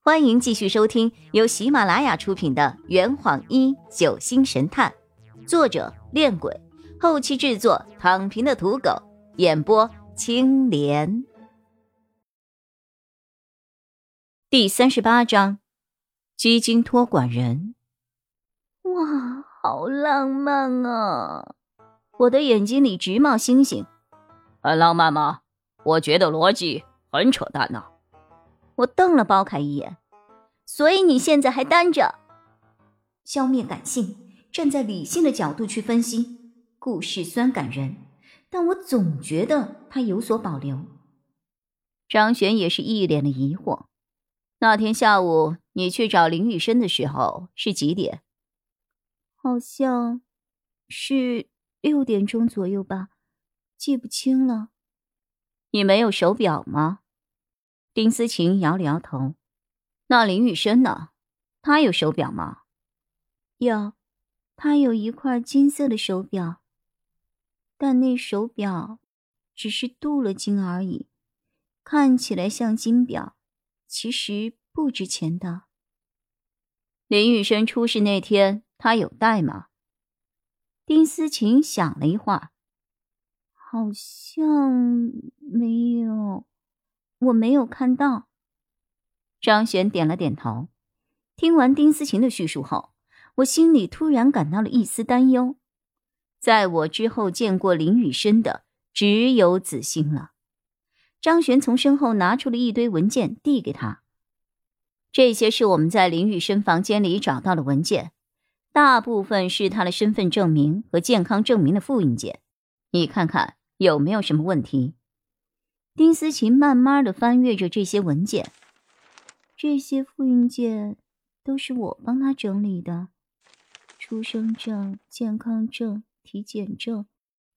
欢迎继续收听由喜马拉雅出品的《圆谎一九星神探》，作者恋鬼，后期制作躺平的土狗，演播青莲。第38章，基金托管人。哇，好浪漫啊！我的眼睛里直冒星星。 很浪漫吗？我觉得逻辑很扯淡呢。 我瞪了包凯一眼。所以你现在还单着？消灭感性，站在理性的角度去分析，故事虽然感人，但我总觉得他有所保留。张璇也是一脸的疑惑。那天下午你去找林雨生的时候是几点？好像是6点钟左右吧，记不清了。你没有手表吗？丁思琴摇了摇头。那林雨生呢？他有手表吗？有，他有一块金色的手表，但那手表只是镀了金而已，看起来像金表，其实不值钱的。林雨生出事那天他有戴吗？丁思琴想了一会儿，好像没有，我没有看到。张璇点了点头。听完丁思琴的叙述后，我心里突然感到了一丝担忧。在我之后见过林雨生的只有子欣了。张璇从身后拿出了一堆文件递给他。这些是我们在林雨生房间里找到的文件，大部分是他的身份证明和健康证明的复印件，你看看有没有什么问题。丁思琴慢慢地翻阅着这些文件。这些复印件都是我帮他整理的，出生证、健康证、体检证。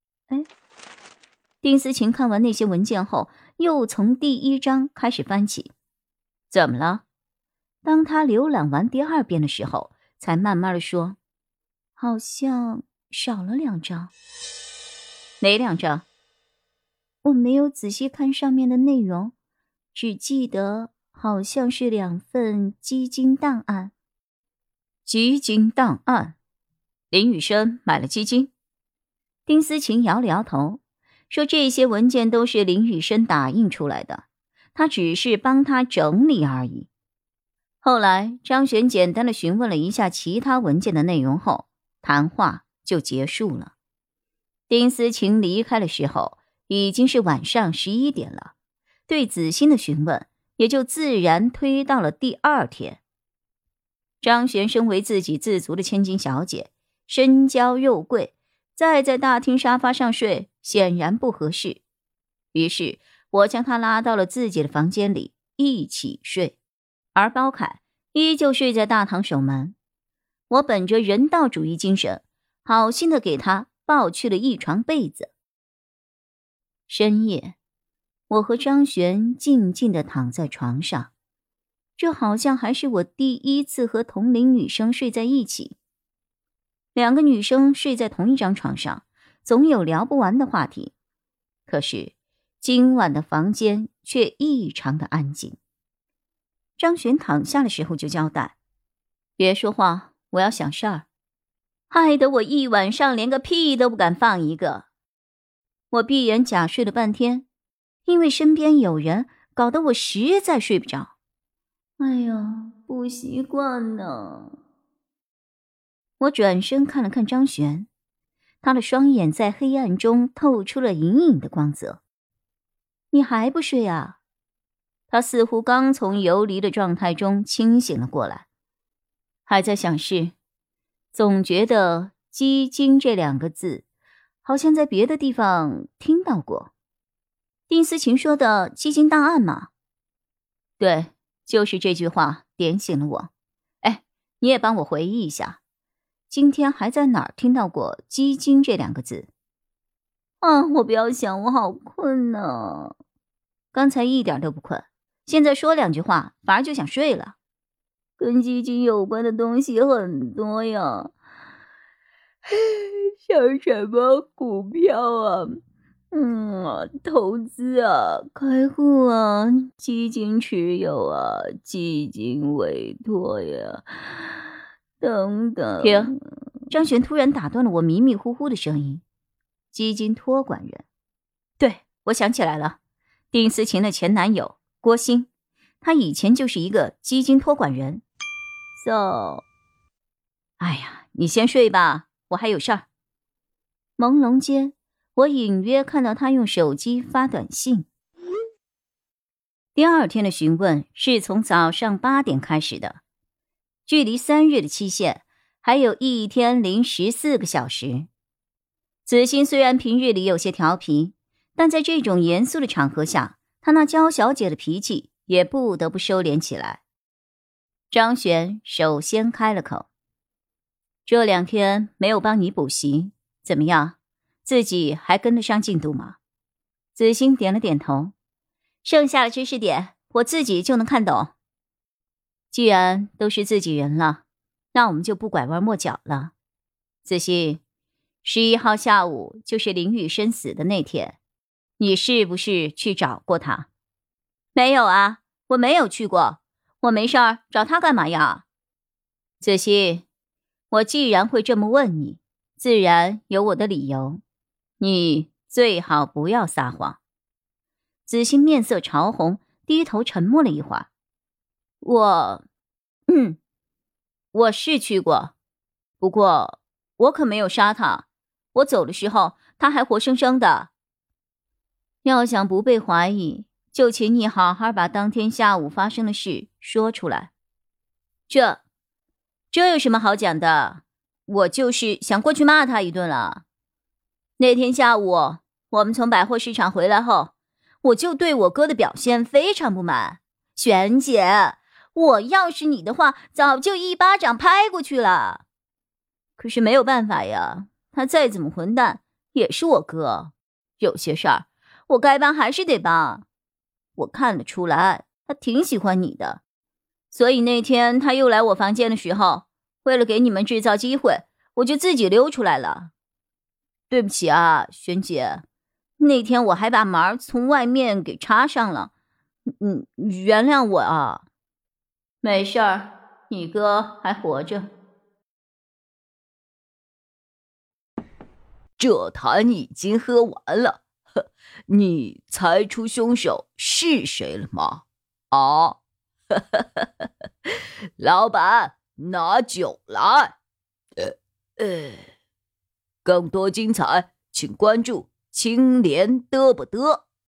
丁思琴看完那些文件后，又从第1章开始翻起。怎么了？当他浏览完第2遍的时候，才慢慢地说，好像少了2张。哪2张？我没有仔细看上面的内容，只记得好像是2份基金档案。基金档案？林雨生买了基金？丁思琴摇了摇头，说这些文件都是林雨生打印出来的，他只是帮他整理而已。后来张璇简单的询问了一下其他文件的内容后，谈话就结束了。丁思琴离开的时候已经是晚上11点了，对子欣的询问也就自然推到了第2天。张璇身为自给自足的千金小姐，身娇肉贵，再在大厅沙发上睡显然不合适，于是我将她拉到了自己的房间里一起睡，而包凯依旧睡在大堂守门。我本着人道主义精神，好心的给他抱去了一床被子。深夜，我和张璇静静地躺在床上，这好像还是我第1次和同龄女生睡在一起。2个女生睡在同一张床上，总有聊不完的话题。可是今晚的房间却异常的安静。张璇躺下的时候就交代，别说话，我要想事儿。害得我一晚上连个屁都不敢放一个。我闭眼假睡了半天，因为身边有人，搞得我实在睡不着。哎呀，不习惯呢。我转身看了看张璇，他的双眼在黑暗中透出了隐隐的光泽。你还不睡啊？他似乎刚从游离的状态中清醒了过来，还在想事，总觉得基金这2个字好像在别的地方听到过。丁思琴说的基金档案吗？对，就是这句话点醒了我。你也帮我回忆一下，今天还在哪儿听到过基金这2个字？我不要想，我好困呢。刚才一点都不困，现在说2句话反而就想睡了。跟基金有关的东西很多呀，像什么股票啊、 投资啊，开户啊，基金持有啊，基金委托呀，等等。 停！ 张璇突然打断了我迷迷糊糊的声音。基金托管人，对，我想起来了，丁思琴的前男友郭鑫，他以前就是一个基金托管人。So， 哎呀，你先睡吧，我还有事儿。朦胧间，我隐约看到他用手机发短信。第二天的询问是从早上8点开始的，距离3日的期限还有1天零14个小时。子欣虽然平日里有些调皮，但在这种严肃的场合下，她那娇小姐的脾气也不得不收敛起来。张璇首先开了口：这2天没有帮你补习，怎么样？自己还跟得上进度吗？子欣点了点头，剩下的知识点我自己就能看懂。既然都是自己人了，那我们就不拐弯抹角了。子欣，11号下午就是林雨生死的那天，你是不是去找过他？没有啊，我没有去过，我没事儿找他干嘛呀？子欣，我既然会这么问你，自然有我的理由，你最好不要撒谎。子欣面色潮红，低头沉默了一会儿。我是去过，不过我可没有杀他，我走的时候他还活生生的。要想不被怀疑，就请你好好把当天下午发生的事说出来。这有什么好讲的？我就是想过去骂他一顿了。那天下午我们从百货市场回来后，我就对我哥的表现非常不满。璇姐，我要是你的话，早就一巴掌拍过去了。可是没有办法呀，他再怎么混蛋也是我哥，有些事儿我该帮还是得帮。我看得出来他挺喜欢你的，所以那天他又来我房间的时候，为了给你们制造机会，我就自己溜出来了。对不起啊，璇姐，那天我还把门从外面给插上了，原谅我啊。没事儿，你哥还活着。 这坛已经喝完了，你猜出凶手是谁了吗？啊，老板，拿酒来。更多精彩，请关注青莲嘚不嘚。